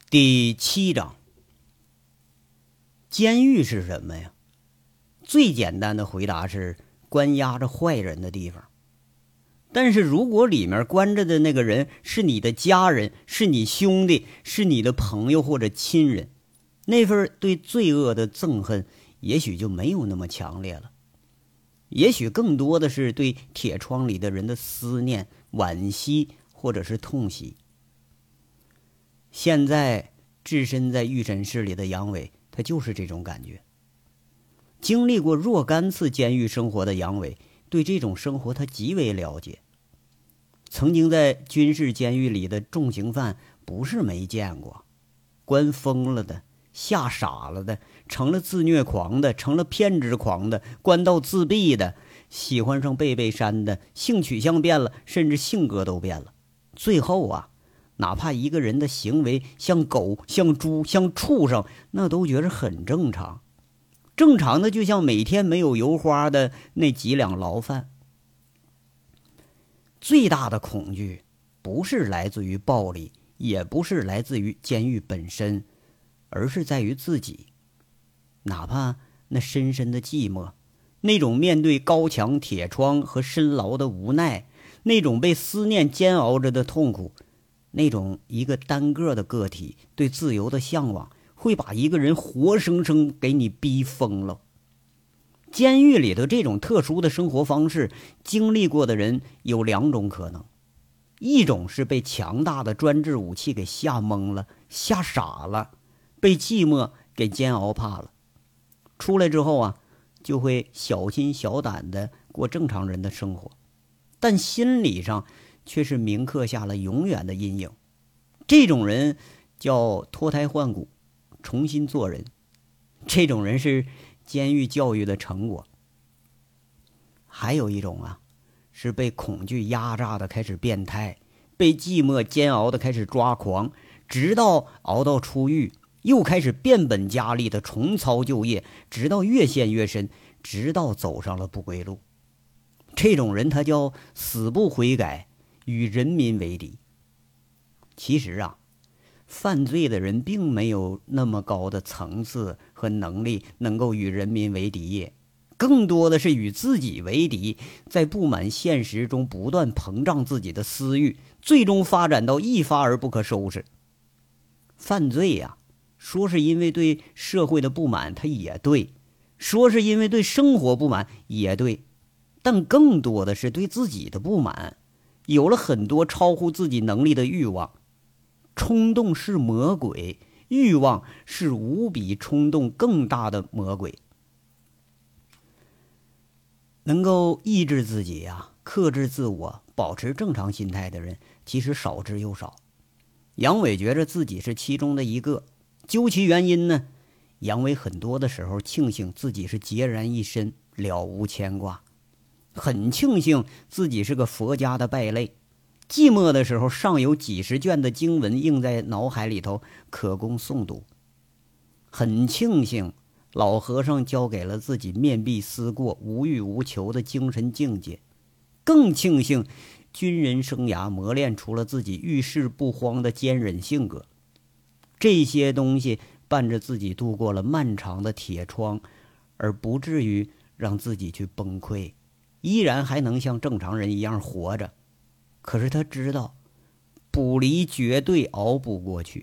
第7章，监狱是什么呀？最简单的回答是关押着坏人的地方。但是如果里面关着的那个人是你的家人，是你兄弟，是你的朋友或者亲人，那份对罪恶的憎恨也许就没有那么强烈了，也许更多的是对铁窗里的人的思念、惋惜或者是痛惜。现在置身在预审室里的杨伟，他就是这种感觉。经历过若干次监狱生活的杨伟，对这种生活他极为了解。曾经在军事监狱里的重刑犯不是没见过，关疯了的，吓傻了的，成了自虐狂的，成了偏执狂的，关到自闭的，喜欢上贝贝山的，性取向变了，甚至性格都变了。最后啊，哪怕一个人的行为像狗、像猪、像畜生，那都觉得很正常。正常的就像每天没有油花的那几两牢饭。最大的恐惧不是来自于暴力，也不是来自于监狱本身，而是在于自己。哪怕那深深的寂寞，那种面对高墙铁窗和深牢的无奈，那种被思念煎熬着的痛苦，那种一个单个的个体对自由的向往，会把一个人活生生给你逼疯了。监狱里的这种特殊的生活方式，经历过的人有2种可能：一种是被强大的专制武器给吓懵了、吓傻了，被寂寞给煎熬怕了，出来之后啊，就会小心小胆的过正常人的生活，但心理上却是铭刻下了永远的阴影。这种人叫脱胎换骨，重新做人。这种人是监狱教育的成果。还有一种啊，是被恐惧压榨的开始变态，被寂寞煎熬的开始抓狂，直到熬到出狱，又开始变本加厉的重操旧业，直到越陷越深，直到走上了不归路。这种人他叫死不悔改，与人民为敌。其实啊，犯罪的人并没有那么高的层次和能力能够与人民为敌，更多的是与自己为敌，在不满现实中不断膨胀自己的私欲，最终发展到一发而不可收拾。犯罪呀，说是因为对社会的不满，它也对；说是因为对生活不满，也对。但更多的是对自己的不满，有了很多超乎自己能力的欲望。冲动是魔鬼，欲望是无比冲动更大的魔鬼。能够抑制自己呀，克制自我，保持正常心态的人其实少之又少。杨伟觉着自己是其中的一个。究其原因呢，杨伟很多的时候庆幸自己是孑然一身，了无牵挂，很庆幸自己是个佛家的败类。寂寞的时候，尚有几十卷的经文印在脑海里头，可供诵读。很庆幸老和尚教给了自己面壁思过、无欲无求的精神境界。更庆幸军人生涯磨练出了自己遇事不慌的坚韧性格。这些东西伴着自己度过了漫长的铁窗，而不至于让自己去崩溃，依然还能像正常人一样活着。可是他知道，捕离绝对熬不过去。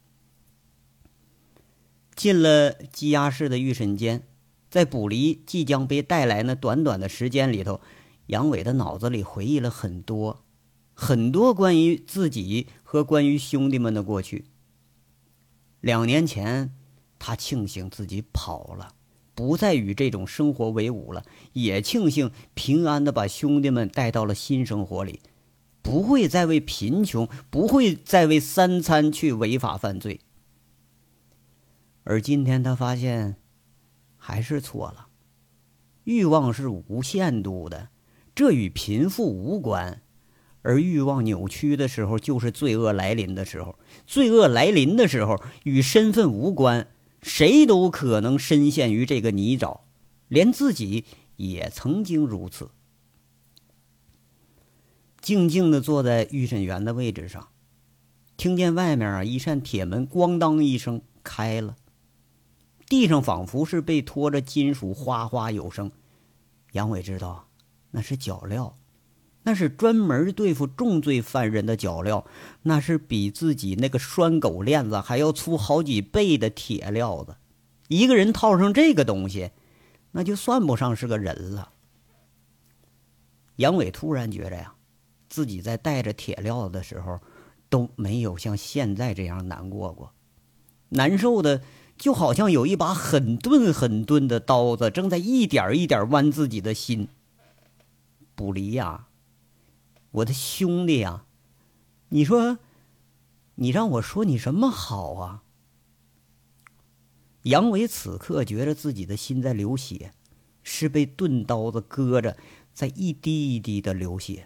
进了羁押室的预审间，在捕离即将被带来那短短的时间里头，杨伟的脑子里回忆了很多关于自己和关于兄弟们的过去。2年前，他庆幸自己跑了，不再与这种生活为伍了，也庆幸平安地把兄弟们带到了新生活里，不会再为贫穷，不会再为3餐去违法犯罪。而今天他发现还是错了。欲望是无限度的，这与贫富无关。而欲望扭曲的时候，就是罪恶来临的时候。罪恶来临的时候，与身份无关，谁都可能深陷于这个泥沼，连自己也曾经如此。静静地坐在预审员的位置上， 听见外面啊一扇铁门咣当一声开了，地上仿佛是被拖着金属哗哗有声。杨伟知道那是脚镣，那是专门对付重罪犯人的脚镣，那是比自己那个拴狗链子还要粗好几倍的铁镣子。一个人套上这个东西，那就算不上是个人了。杨伟突然觉着呀，自己在带着铁镣子的时候都没有像现在这样难过，难受的就好像有一把很钝很钝的刀子正在一点一点剜自己的心。卜离呀，我的兄弟呀，你说你让我说你什么好啊？杨伟此刻觉得自己的心在流血，是被钝刀子割着，在一滴一滴的流血。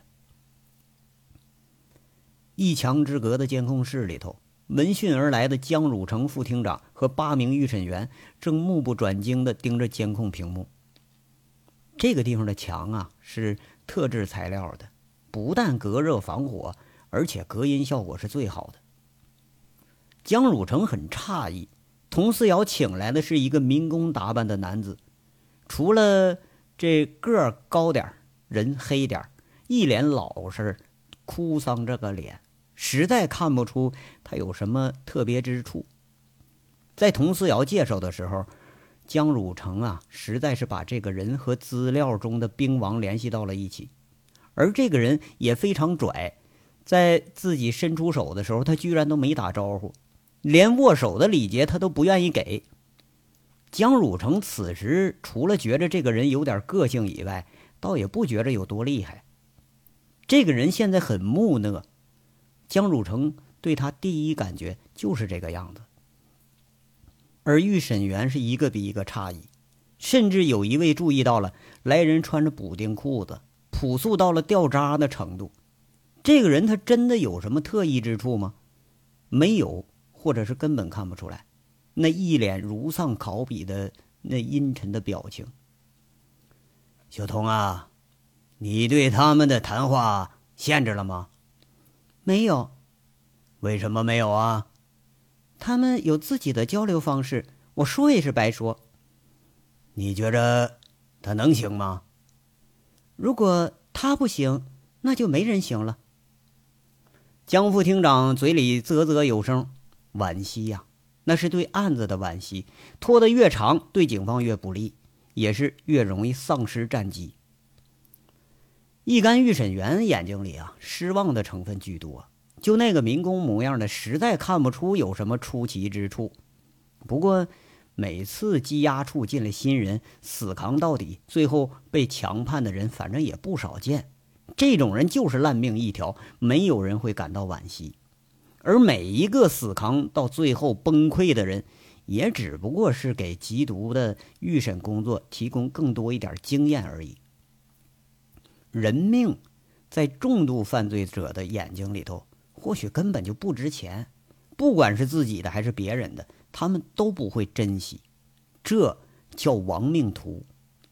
一墙之隔的监控室里头，闻讯而来的江汝成副厅长和8名预审员正目不转睛地盯着监控屏幕。这个地方的墙啊是特制材料的，不但隔热防火，而且隔音效果是最好的。江汝成很诧异，佟思瑶请来的是一个民工打扮的男子，除了这个儿高点，人黑点，一脸老实哭丧这个脸，实在看不出他有什么特别之处。在佟思瑶介绍的时候，江汝成啊实在是把这个人和资料中的兵王联系到了一起，而这个人也非常拽，在自己伸出手的时候他居然都没打招呼，连握手的礼节他都不愿意给。江汝成此时除了觉着这个人有点个性以外，倒也不觉着有多厉害。这个人现在很木讷，江汝成对他第一感觉就是这个样子。而预审员是一个比一个诧异，甚至有一位注意到了来人穿着补丁裤子，朴素到了掉渣的程度。这个人他真的有什么特异之处吗？没有，或者是根本看不出来。那一脸如丧考妣的那阴沉的表情。小童啊，你对他们的谈话限制了吗？没有。为什么没有啊？他们有自己的交流方式，我说也是白说。你觉着他能行吗？如果他不行，那就没人行了。江副厅长嘴里啧啧有声，惋惜呀，那是对案子的惋惜，拖得越长对警方越不利，也是越容易丧失战机。一干预审员眼睛里啊失望的成分居多，就那个民工模样的实在看不出有什么出奇之处。不过每次羁押处进了新人，死扛到底，最后被强判的人反正也不少见。这种人就是烂命一条，没有人会感到惋惜。而每一个死扛到最后崩溃的人，也只不过是给缉毒的预审工作提供更多一点经验而已。人命在重度犯罪者的眼睛里头或许根本就不值钱，不管是自己的还是别人的，他们都不会珍惜，这叫亡命徒。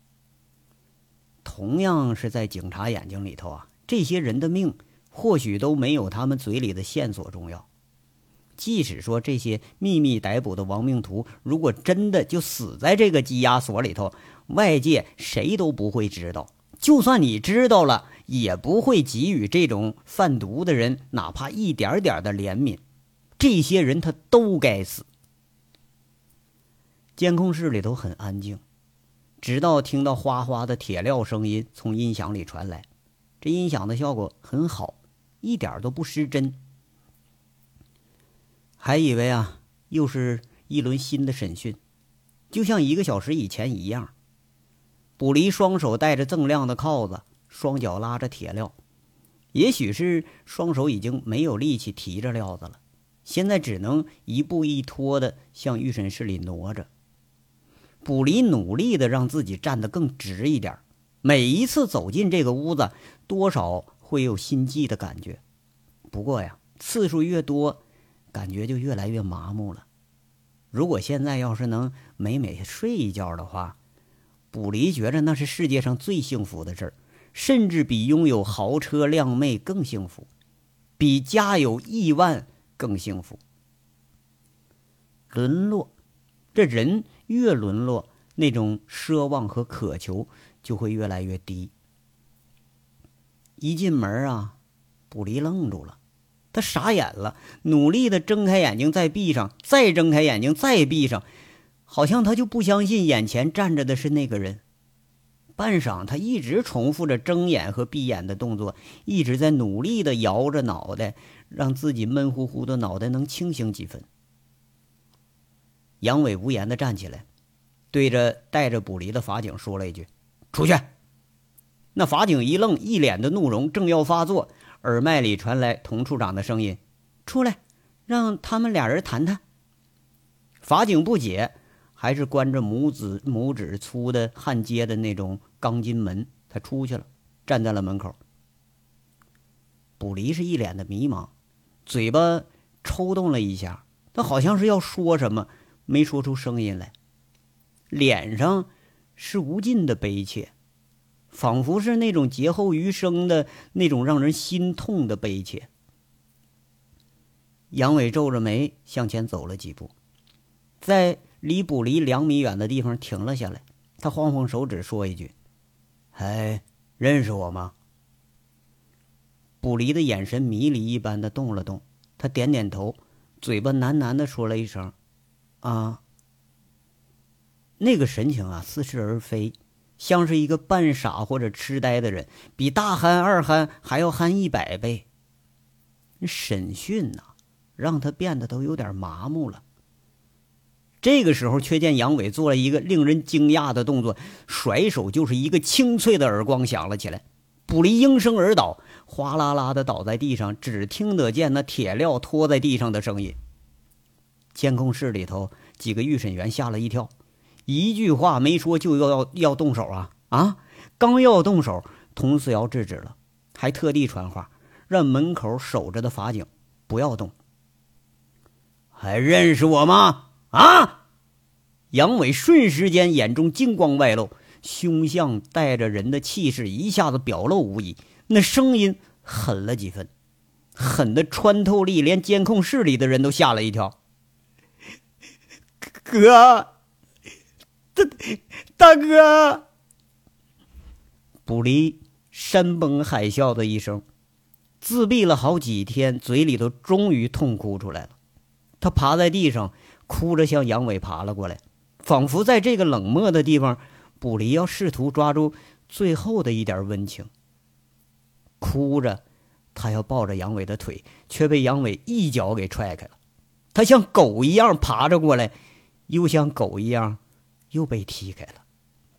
同样是在警察眼睛里头啊，这些人的命或许都没有他们嘴里的线索重要。即使说这些秘密逮捕的亡命徒如果真的就死在这个羁押所里头，外界谁都不会知道，就算你知道了，也不会给予这种贩毒的人哪怕一点点的怜悯。这些人他都该死。监控室里头很安静，直到听到哗哗的铁镣声音从音响里传来，这音响的效果很好，一点都不失真。还以为啊又是一轮新的审讯，就像1个小时以前一样。卜离双手戴着锃亮的铐子，双脚拉着铁镣，也许是双手已经没有力气提着镣子了，现在只能一步一拖的向预审室里挪着。卜离努力的让自己站得更直一点，每一次走进这个屋子多少会有心悸的感觉，不过呀次数越多感觉就越来越麻木了。如果现在要是能美美睡一觉的话，卜离觉着那是世界上最幸福的事儿，甚至比拥有豪车靓妹更幸福，比家有亿万更幸福。沦落，这人越沦落，那种奢望和渴求就会越来越低。一进门啊，卜离愣住了，他傻眼了，努力的睁开眼睛再闭上，再睁开眼睛再闭上，好像他就不相信眼前站着的是那个人。半晌，他一直重复着睁眼和闭眼的动作，一直在努力的摇着脑袋，让自己闷乎乎的脑袋能清醒几分。杨伟无言的站起来，对着带着卜离的法警说了一句：“出去。”那法警一愣，一脸的怒容，正要发作，耳麦里传来童处长的声音：“出来，让他们俩人谈谈。”法警不解，还是关着拇指粗的焊接的那种钢筋门，他出去了，站在了门口。卜离是一脸的迷茫，嘴巴抽动了一下，他好像是要说什么，没说出声音来，脸上是无尽的悲切，仿佛是那种劫后余生的那种让人心痛的悲切。杨伟皱着眉向前走了几步，在离卜离2米远的地方停了下来，他晃晃手指说一句：“还认识我吗？”卜离的眼神迷离一般的动了动，他点点头，嘴巴喃喃的说了一声：“啊。”那个神情啊，似是而非，像是一个半傻或者痴呆的人，比大憨二憨还要憨100倍。审讯啊，让他变得都有点麻木了。这个时候却见杨伟做了一个令人惊讶的动作，甩手就是一个清脆的耳光响了起来，卜离应声而倒，哗啦啦的倒在地上，只听得见那铁镣拖在地上的声音。监控室里头几个预审员吓了一跳，一句话没说就要动手啊！刚要动手，佟思瑶制止了，还特地传话让门口守着的法警不要动。还认识我吗？啊！杨伟瞬时间眼中金光外露，凶相带着人的气势一下子表露无遗，那声音狠了几分，狠的穿透力连监控室里的人都吓了一跳。哥，大哥！卜离山崩海啸的一声，自闭了好几天，嘴里头终于痛哭出来了。他爬在地上，哭着向杨伟爬了过来，仿佛在这个冷漠的地方，卜离要试图抓住最后的一点温情。哭着，他要抱着杨伟的腿，却被杨伟一脚给踹开了。他像狗一样爬着过来，又像狗一样又被踢开了。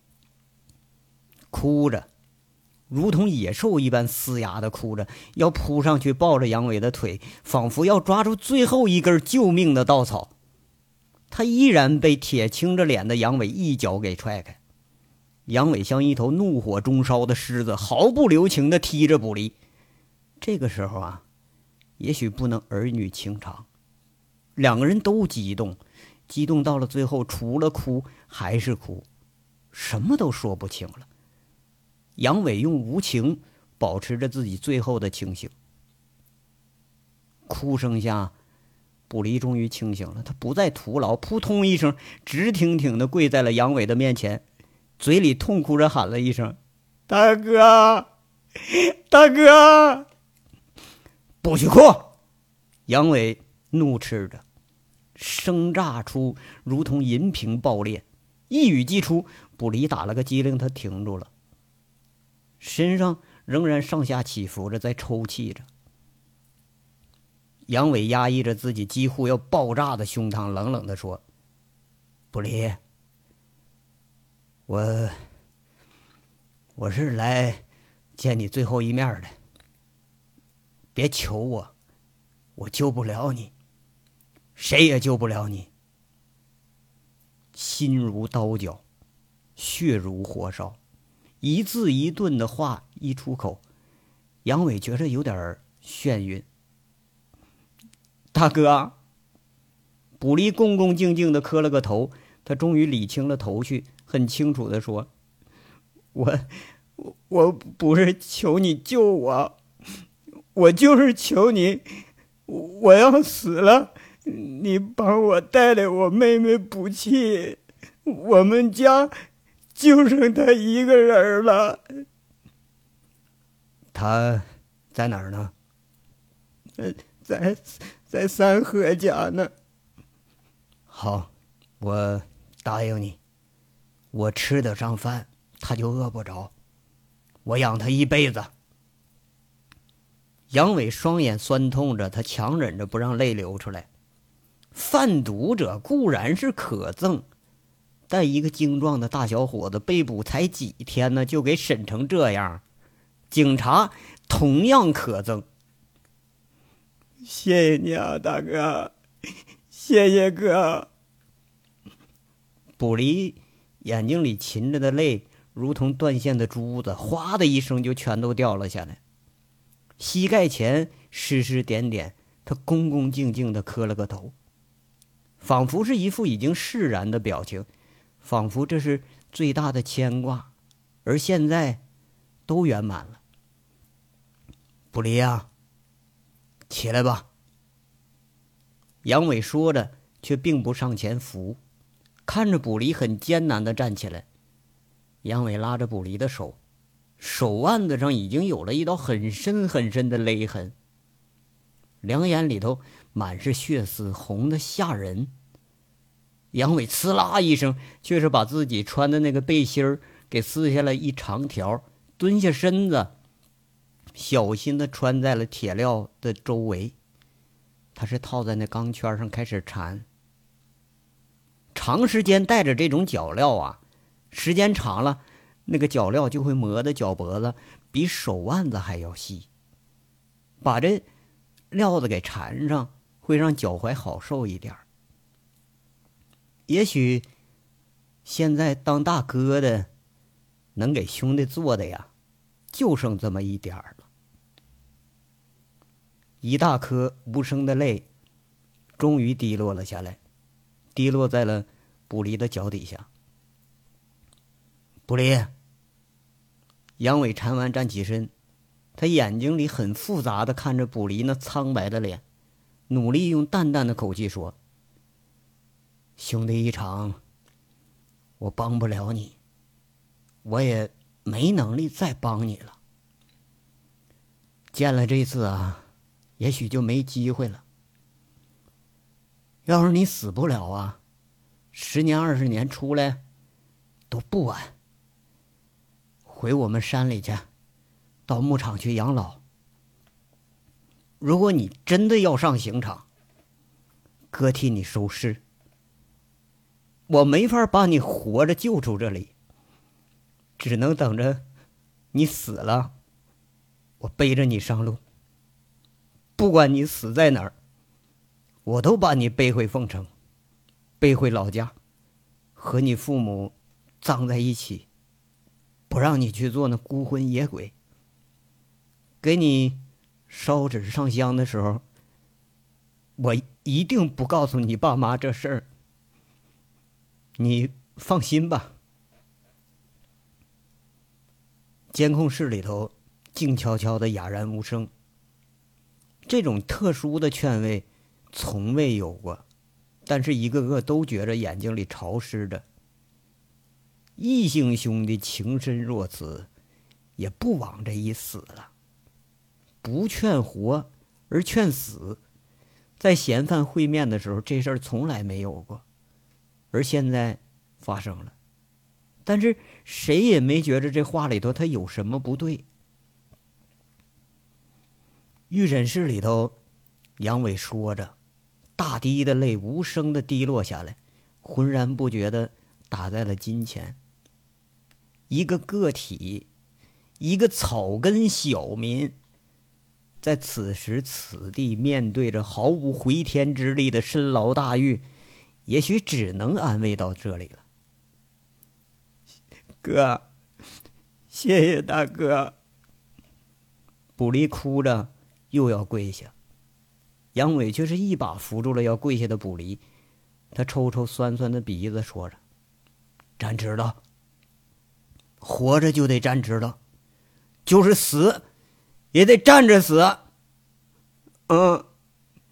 哭着，如同野兽一般嘶哑的哭着，要扑上去抱着杨伟的腿，仿佛要抓住最后一根救命的稻草。他依然被铁青着脸的杨伟一脚给踹开。杨伟像一头怒火中烧的狮子，毫不留情地踢着卜离。这个时候啊，也许不能儿女情长，两个人都激动到了最后，除了哭还是哭，什么都说不清了。杨伟用无情保持着自己最后的清醒。哭声下，卜离终于清醒了，他不再徒劳，扑通一声直挺挺地跪在了杨伟的面前，嘴里痛哭着喊了一声：“大哥，大哥！”不许哭！杨伟怒斥着，声炸出如同银瓶爆裂，一语击出，卜离打了个激灵，他停住了，身上仍然上下起伏着，在抽泣着。杨伟压抑着自己几乎要爆炸的胸膛，冷冷地说：“卜离，我是来见你最后一面的，别求我，我救不了你，谁也救不了你。”心如刀绞，血如火烧，一字一顿的话一出口，杨伟觉着有点眩晕。大哥！卜离恭恭敬敬的磕了个头，他终于理清了头绪，很清楚的说：“我不是求你救我，我就是求你我要死了，你帮我带带我妹妹补气，我们家就剩她一个人了。 他在哪儿呢？ 在三河家呢。 好，我答应你，我吃得上饭，他就饿不着，我养他一辈子。杨伟双眼酸痛着，他强忍着不让泪流出来。贩毒者固然是可憎，但一个精壮的大小伙子被捕才几天呢，就给审成这样，警察同样可憎。 谢谢你啊，大哥，谢谢哥。 卜离眼睛里噙着的泪如同断线的珠子，哗的一声就全都掉了下来。膝盖前湿湿点点，他恭恭敬敬地磕了个头，仿佛是一副已经释然的表情，仿佛这是最大的牵挂，而现在都圆满了。卜离啊，起来吧。杨伟说着，却并不上前扶，看着卜离很艰难地站起来。杨伟拉着卜离的手，手腕子上已经有了一道很深很深的勒痕，两眼里头满是血丝，红得吓人。杨伟呲啦一声，却是把自己穿的那个背心给撕下了一长条，蹲下身子，小心地穿在了铁镣的周围。他是套在那钢圈上开始缠。长时间带着这种脚镣啊，时间长了，那个脚镣就会磨得脚脖子比手腕子还要细。把这镣子给缠上，会让脚踝好受一点。也许现在当大哥的能给兄弟做的呀，就剩这么一点了。一大颗无声的泪终于滴落了下来，滴落在了卜离的脚底下。卜离，杨伟缠完站起身，他眼睛里很复杂的看着卜离那苍白的脸，努力用淡淡的口气说：兄弟一场，我帮不了你，我也没能力再帮你了。见了这次啊，也许就没机会了。要是你死不了啊，10年20年出来都不晚。回我们山里去，到牧场去养老。如果你真的要上刑场，哥替你收尸，我没法把你活着救出这里，只能等着你死了，我背着你上路。不管你死在哪儿，我都把你背回凤城，背回老家，和你父母葬在一起，不让你去做那孤魂野鬼。给你烧纸上香的时候，我一定不告诉你爸妈这事儿，你放心吧。监控室里头静悄悄的，哑然无声。这种特殊的劝慰从未有过，但是一个个都觉着眼睛里潮湿着。异姓兄弟情深若此，也不往这一死了。不劝活而劝死，在嫌犯会面的时候，这事儿从来没有过，而现在发生了。但是谁也没觉着这话里头他有什么不对。预审室里头，杨伟说着，大滴的泪无声的滴落下来，浑然不觉的打在了金钱。一个个体，一个草根小民，在此时此地面对着毫无回天之力的深牢大狱，也许只能安慰到这里了。 哥，谢谢大哥。 卜离哭着又要跪下，杨伟却是一把扶住了要跪下的卜离。他抽抽酸酸的鼻子，说着：站直了，活着就得站直了，就是死也得站着死。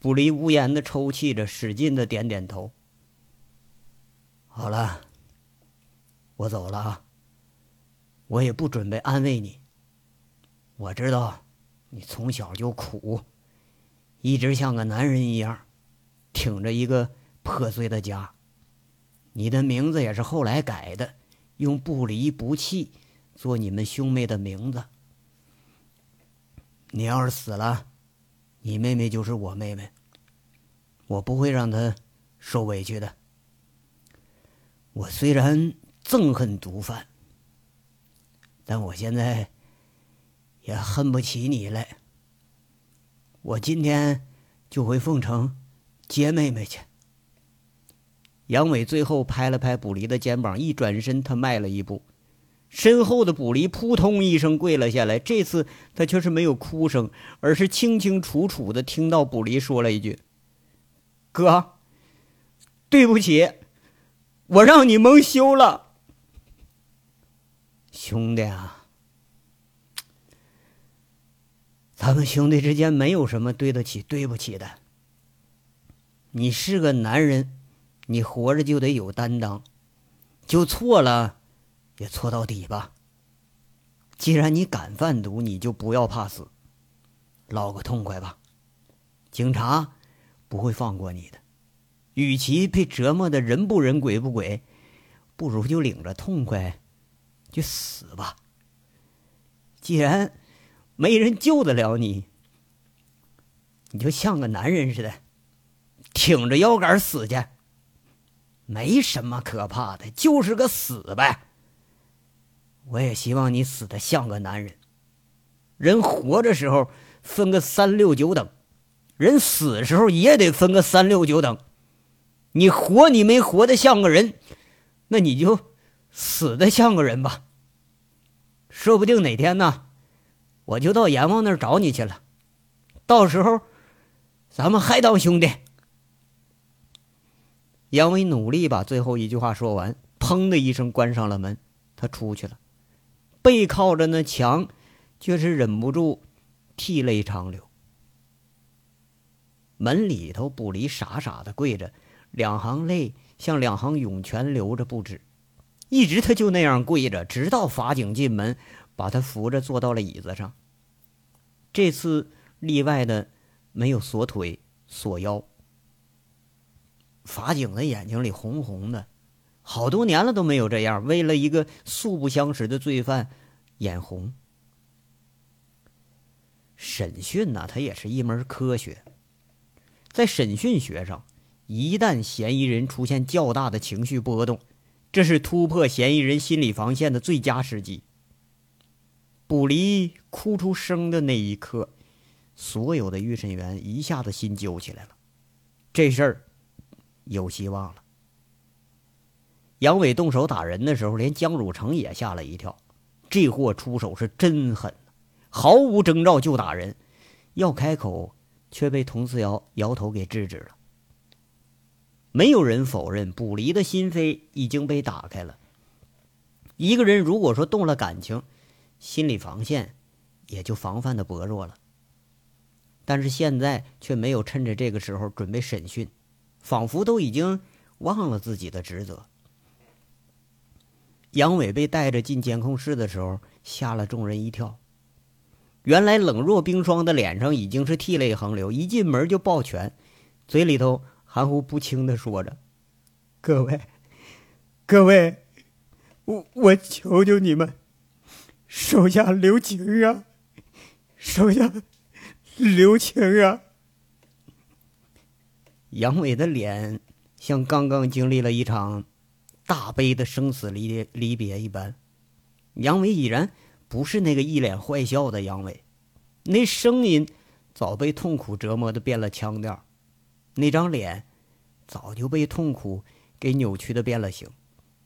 卜离无言的抽泣着，使劲的点点头。好了，我走了啊。我也不准备安慰你。我知道你从小就苦，一直像个男人一样，挺着一个破碎的家。你的名字也是后来改的，用不离不弃做你们兄妹的名字。你要是死了，你妹妹就是我妹妹，我不会让她受委屈的。我虽然憎恨毒贩，但我现在也恨不起你来。我今天就回凤城接妹妹去。杨伟最后拍了拍卜离的肩膀，一转身他迈了一步，身后的卜离扑通一声跪了下来。这次他却是没有哭声，而是清清楚楚的听到卜离说了一句：哥，对不起，我让你蒙羞了。兄弟啊，咱们兄弟之间没有什么对得起对不起的。你是个男人，你活着就得有担当，就错了也错到底吧。既然你敢贩毒，你就不要怕死，捞个痛快吧。警察不会放过你的，与其被折磨的人不人鬼不鬼，不如就领着痛快就死吧。既然没人救得了你，你就像个男人似的，挺着腰杆死去。没什么可怕的，就是个死呗。我也希望你死得像个男人。人活着时候分个3、6、9等，人死时候也得分个3、6、9等。你活你没活得像个人，那你就死得像个人吧。说不定哪天呢，我就到阎王那儿找你去了，到时候咱们还当兄弟。杨伟努力把最后一句话说完，砰的一声关上了门，他出去了，背靠着那墙，却是忍不住涕泪长流。门里头卜离傻傻的跪着，两行泪像两行涌泉流着不止，一直他就那样跪着，直到法警进门把他扶着坐到了椅子上。这次例外的没有锁腿锁腰。法警的眼睛里红红的，好多年了都没有这样，为了一个素不相识的罪犯眼红。审讯呢，它也是一门科学。在审讯学上，一旦嫌疑人出现较大的情绪波动，这是突破嫌疑人心理防线的最佳时机。卜离哭出声的那一刻，所有的预审员一下子心揪起来了，这事儿有希望了。杨伟动手打人的时候，连江汝成也吓了一跳，这货出手是真狠，毫无征兆就打人，要开口却被佟思瑶摇头给制止了。没有人否认卜离的心扉已经被打开了。一个人如果说动了感情，心理防线也就防范的薄弱了。但是现在却没有趁着这个时候准备审讯，仿佛都已经忘了自己的职责。杨伟被带着进监控室的时候，吓了众人一跳。原来冷若冰霜的脸上已经是涕泪横流，一进门就抱拳，嘴里头含糊不清地说着： 各位，我求求你们，手下留情啊，手下留情啊。 杨伟的脸像刚刚经历了一场大悲的生死离别一般。杨伟已然不是那个一脸坏笑的杨伟，那声音早被痛苦折磨的变了腔调，那张脸早就被痛苦给扭曲的变了形。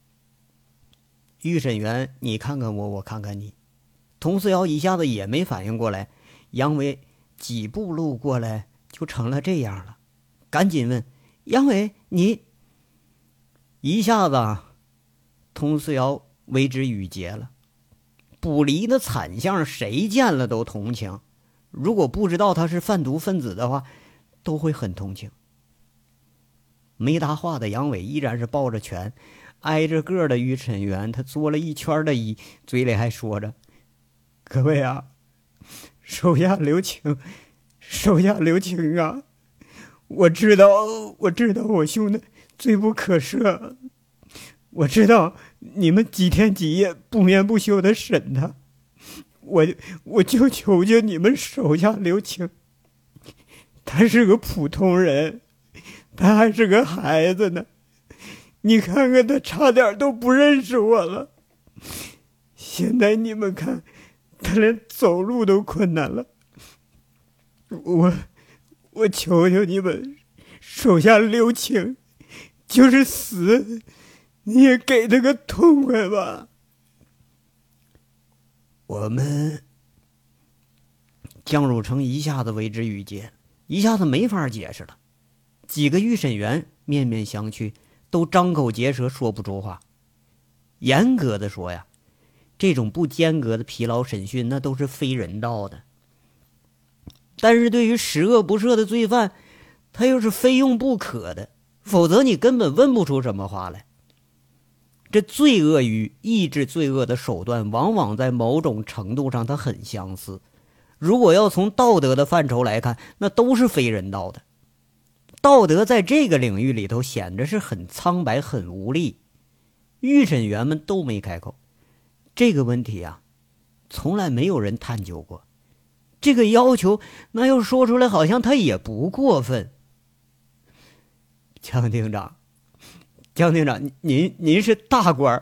预审员你看看我，我看看你，佟思瑶一下子也没反应过来，杨伟几步路过来就成了这样了，赶紧问：杨伟，你……一下子佟思瑶为之语结了。卜离的惨相谁见了都同情，如果不知道他是贩毒分子的话， 都会很同情。没答话的杨伟依然是抱着拳，挨着个的于沈元，他作了一圈的揖，嘴里还说着：“ 各位啊，手下留情，手下留情啊！我知道我兄弟罪不可赦，我知道你们几天几夜不眠不休的审他，我就求求你们手下留情。他是个普通人，他还是个孩子呢，你看看他差点都不认识我了。现在你们看，他连走路都困难了。我求求你们手下留情，就是死你也给他个痛快吧。” 我们江汝成一下子为之语结，一下子没法解释了。几个预审员面面相觑，都张口结舌说不出话。严格的说呀，这种不间隔的疲劳审讯那都是非人道的，但是对于十恶不赦的罪犯，他又是非用不可的，否则你根本问不出什么话来。这罪恶与抑制罪恶的手段往往在某种程度上它很相似，如果要从道德的范畴来看，那都是非人道的。道德在这个领域里头显得是很苍白很无力。预审员们都没开口，这个问题啊，从来没有人探究过。这个要求那要说出来好像他也不过分。江厅长，您是大官，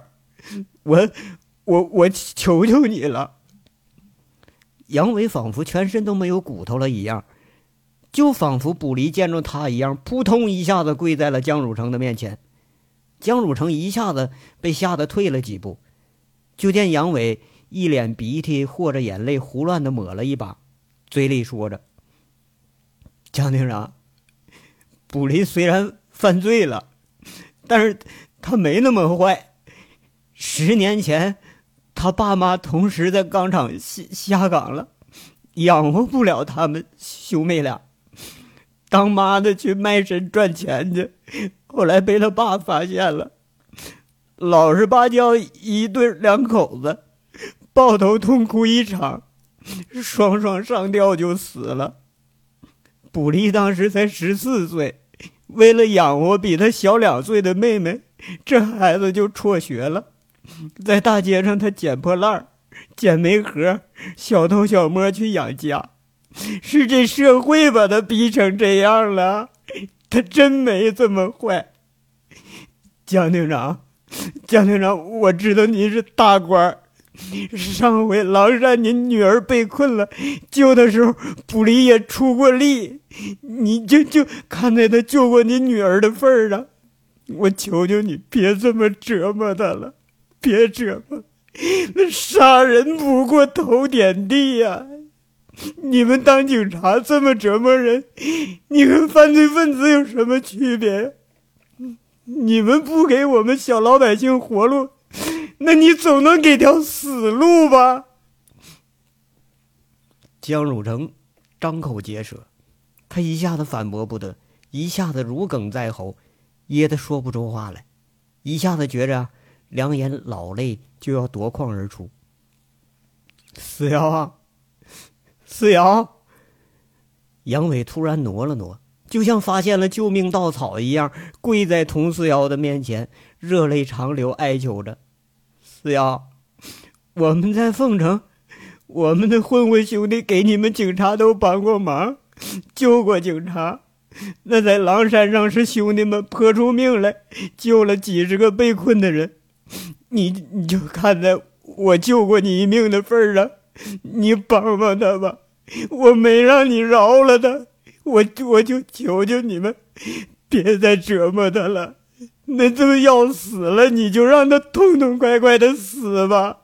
我求求你了。 杨伟仿佛全身都没有骨头了一样，就仿佛卜离见着他一样，扑通一下子跪在了江汝成的面前。江汝成一下子被吓得退了几步，就见杨伟一脸鼻涕和着眼泪胡乱地抹了一把，嘴里说着：“ 江厅长，卜离虽然犯罪了，但是他没那么坏。10年前他爸妈同时在钢厂下岗了，养活不了他们兄妹俩，当妈的去卖身赚钱去，后来被他爸发现了，老实巴交一对两口子抱头痛哭一场，双双上吊就死了。卜离当时才14岁，为了养活比他小2岁的妹妹，这孩子就辍学了，在大街上他捡破烂捡煤盒，小偷小摸去养家，是这社会把他逼成这样了，他真没这么坏。江厅长，我知道您是大官，上回狼山您女儿被困了，救的时候卜离也出过力，你就看在他救过你女儿的份上，我求求你别这么折磨他了，别折磨，那杀人不过头点地呀！你们当警察这么折磨人，你跟犯罪分子有什么区别？你们不给我们小老百姓活路，那你总能给条死路吧？ 江汝成张口结舌，他一下子反驳不得，一下子如鲠在喉，噎得说不出话来，一下子觉着两眼老泪就要夺眶而出。 思瑶啊，思瑶！ 杨伟突然挪了挪，就像发现了救命稻草一样，跪在佟思瑶的面前，热泪长流，哀求着：“ 思瑶，我们在凤城，我们的混混兄弟给你们警察都帮过忙，救过警察。那在狼山上是兄弟们泼出命来，救了几十个被困的人。你就看在我救过你一命的份上，你帮帮他吧。我没让你饶了他，我就求求你们，别再折磨他了。那这么要死了，你就让他痛痛快快的死吧。”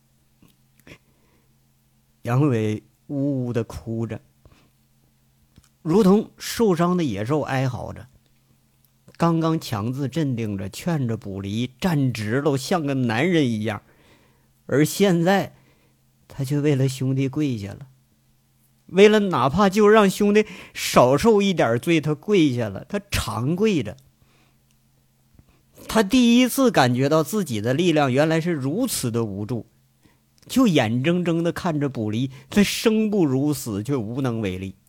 杨伟呜呜的哭着，如同受伤的野兽哀嚎着，刚刚强自镇定着劝着卜离站直了，像个男人一样，而现在他却为了兄弟跪下了。 为了哪怕就让兄弟少受一点罪，他跪下了，他长跪着。他第一次感觉到自己的力量原来是如此的无助，就眼睁睁地看着卜离，他生不如死，却无能为力。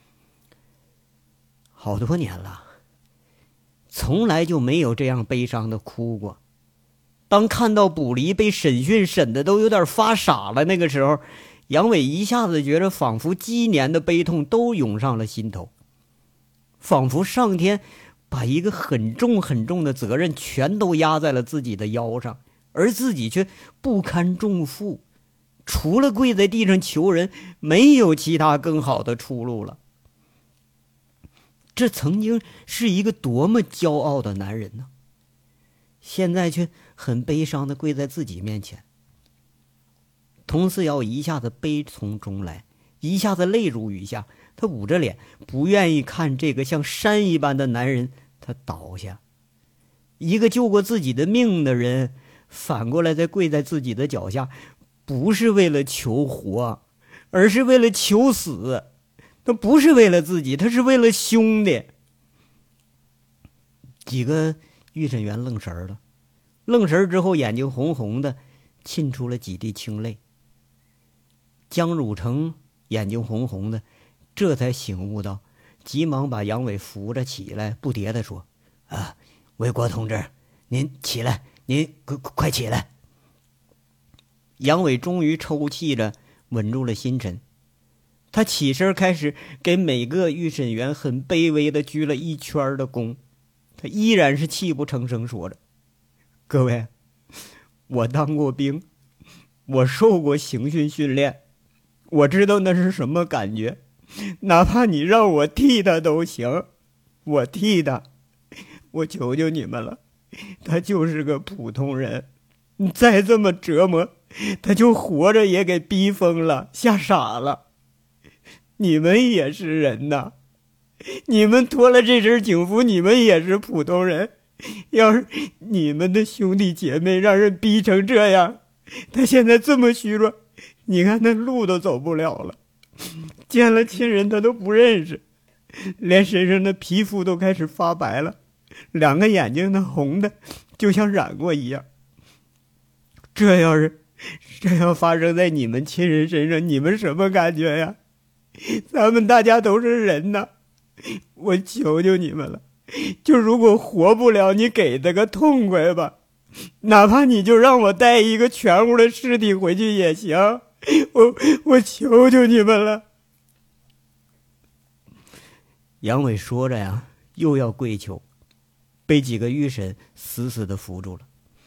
好多年了，从来就没有这样悲伤的哭过。当看到卜离被审讯审的都有点发傻了，那个时候杨伟一下子觉得仿佛积年的悲痛都涌上了心头，仿佛上天把一个很重很重的责任全都压在了自己的腰上，而自己却不堪重负，除了跪在地上求人，没有其他更好的出路了。这曾经是一个多么骄傲的男人呢，现在却很悲伤地跪在自己面前。佟思瑶一下子悲从中来，一下子泪如雨下，他捂着脸，不愿意看这个像山一般的男人他倒下。一个救过自己的命的人，反过来再跪在自己的脚下，不是为了求活，而是为了求死。他不是为了自己，他是为了兄弟。几个预审员愣神了，愣神之后眼睛红红的，沁出了几滴清泪。江汝成眼睛红红的，这才醒悟到，急忙把杨伟扶着起来，不迭地说：“卫国同志，您起来，您快起来。”杨伟终于抽泣着稳住了心神，他起身开始给每个预审员很卑微的鞠了一圈的躬，他依然是泣不成声说着：“各位，我当过兵，我受过刑讯训练，我知道那是什么感觉，哪怕你让我替他都行，我替他，我求求你们了，他就是个普通人，你再这么折磨，他就活着也给逼疯了，吓傻了。你们也是人呐，你们脱了这身警服，你们也是普通人。要是你们的兄弟姐妹让人逼成这样，他现在这么虚弱，你看那路都走不了了，见了亲人他都不认识，连身上的皮肤都开始发白了，两个眼睛那红的就像染过一样。这要发生在你们亲人身上，你们什么感觉呀？咱们大家都是人呐，我求求你们了，就如果活不了，你给他个痛快吧，哪怕你就让我带一个全屋的尸体回去也行，我求求你们了。杨伟说着呀，又要跪求，被几个预审死死地扶住了。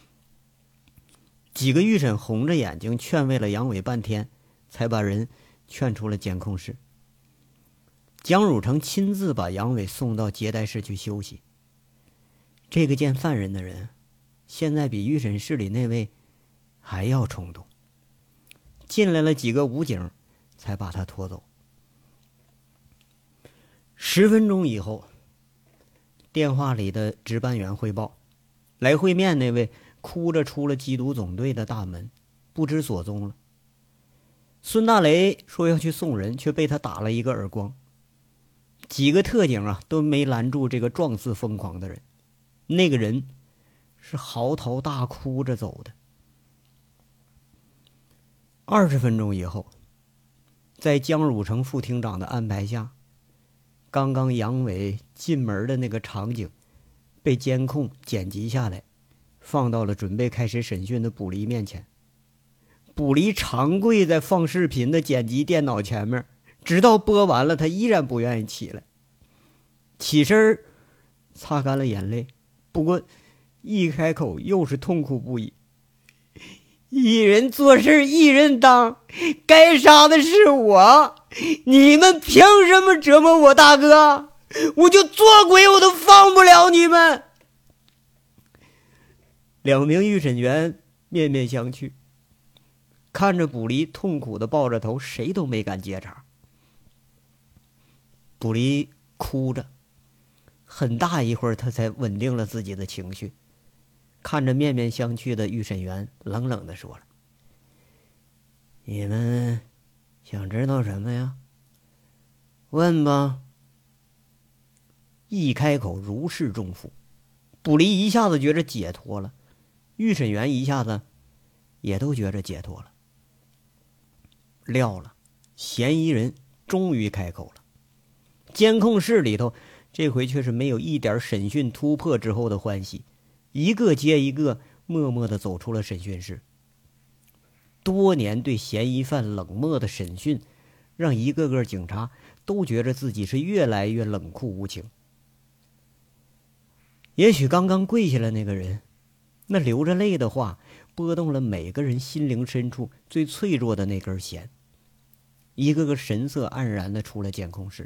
几个预审红着眼睛劝慰了杨伟半天，才把人劝出了监控室。江汝成亲自把杨伟送到接待室去休息。这个见犯人的人，现在比预审室里那位还要冲动。进来了几个武警，才把他拖走。10分钟以后，电话里的值班员汇报，来会面那位哭着出了缉毒总队的大门，不知所踪了。孙大雷说要去送人，却被他打了一个耳光。几个特警都没拦住这个状似疯狂的人，那个人是嚎啕大哭着走的。20分钟以后，在江汝成副厅长的安排下，刚刚杨伟进门的那个场景被监控剪辑下来，放到了准备开始审讯的卜离面前。卜离长跪在放视频的剪辑电脑前面，直到播完了，他依然不愿意起来。起身擦干了眼泪，不过一开口又是痛苦不已。一人做事一人当，该杀的是我，你们凭什么折磨我大哥？我就做鬼我都放不了你们。2名预审员面面相觑，看着卜离痛苦地抱着头，谁都没敢接茬。卜离哭着，很大一会儿他才稳定了自己的情绪，看着面面相觑的预审员，冷冷地说了：“你们想知道什么呀？ 问吧。一开口如释重负，卜离一下子觉着解脱了，预审员一下子也都觉着解脱了。料了，嫌疑人终于开口了。监控室里头，这回却是没有一点审讯突破之后的欢喜，一个接一个默默地走出了审讯室。多年对嫌疑犯冷漠的审讯，让一个个警察都觉着自己是越来越冷酷无情。也许刚刚跪下了那个人，那流着泪的话，拨动了每个人心灵深处最脆弱的那根弦。一个个神色黯然地出了监控室。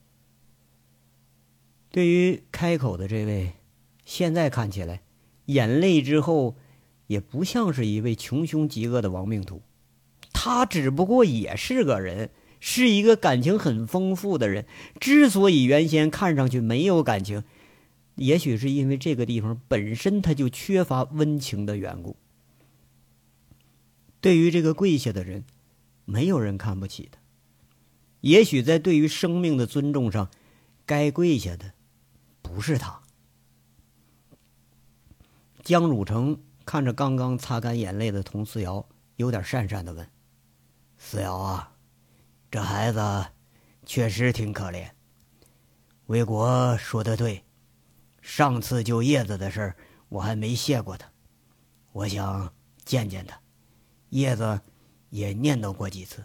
对于开口的这位，现在看起来，眼泪之后也不像是一位穷凶极恶的亡命徒，他只不过也是个人，是一个感情很丰富的人。之所以原先看上去没有感情，也许是因为这个地方本身他就缺乏温情的缘故。对于这个跪下的人，没有人看不起他。也许在对于生命的尊重上，该跪下的不是他。江汝成看着刚刚擦干眼泪的佟思瑶，有点讪讪地问：思瑶啊，这孩子确实挺可怜。魏国说得对，上次救叶子的事儿我还没谢过他，我想见见他。叶子也念叨过几次。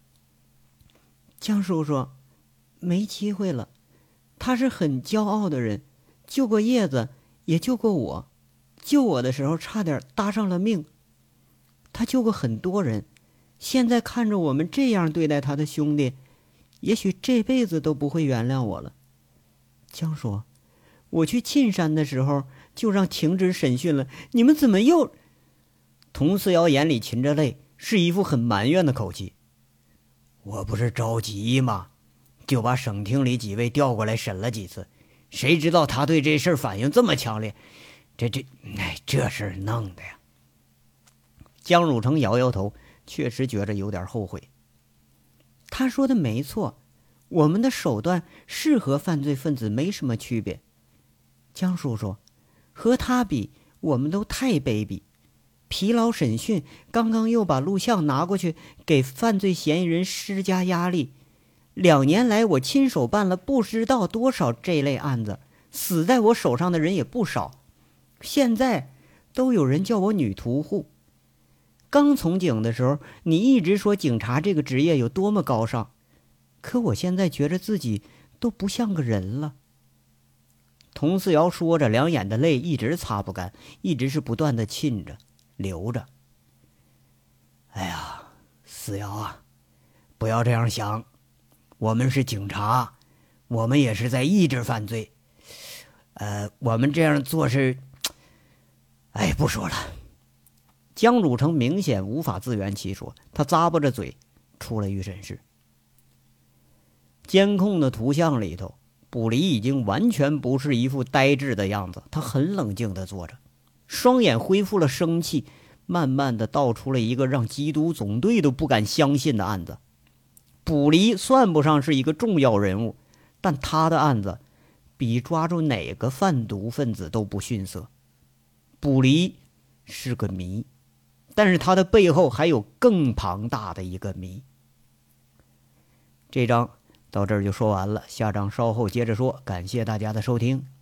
江叔叔，没机会了。他是很骄傲的人，救过叶子，也救过我。救我的时候差点搭上了命。他救过很多人，现在看着我们这样对待他的兄弟，也许这辈子都不会原谅我了。江叔，我去沁山的时候就让停止审讯了，你们怎么又…… 佟思瑶眼里噙着泪，是一副很埋怨的口气。我不是着急吗？就把省厅里几位调过来审了几次，谁知道他对这事儿反应这么强烈，这事儿弄的呀。江汝成摇摇头，确实觉着有点后悔。 他说的没错，我们的手段是和犯罪分子没什么区别。江叔叔，和他比，我们都太卑鄙。疲劳审讯，刚刚又把录像拿过去给犯罪嫌疑人施加压力。2年来，我亲手办了不知道多少这类案子，死在我手上的人也不少。现在都有人叫我女屠户。刚从警的时候，你一直说警察这个职业有多么高尚，可我现在觉着自己都不像个人了。 佟思瑶说着，两眼的泪一直擦不干，一直是不断的沁着流着。哎呀，思瑶啊，不要这样想，我们是警察，我们也是在抑制犯罪。我们这样做是……不说了。江汝成明显无法自圆其说，他咂巴着嘴出了预审室。监控的图像里头，卜离已经完全不是一副呆滞的样子，他很冷静地坐着，双眼恢复了生气，慢慢地道出了一个让缉毒总队都不敢相信的案子。卜离算不上是一个重要人物，但他的案子比抓住哪个贩毒分子都不逊色。卜离是个谜，但是他的背后还有更庞大的一个谜。这章到这儿就说完了，下章稍后接着说。感谢大家的收听。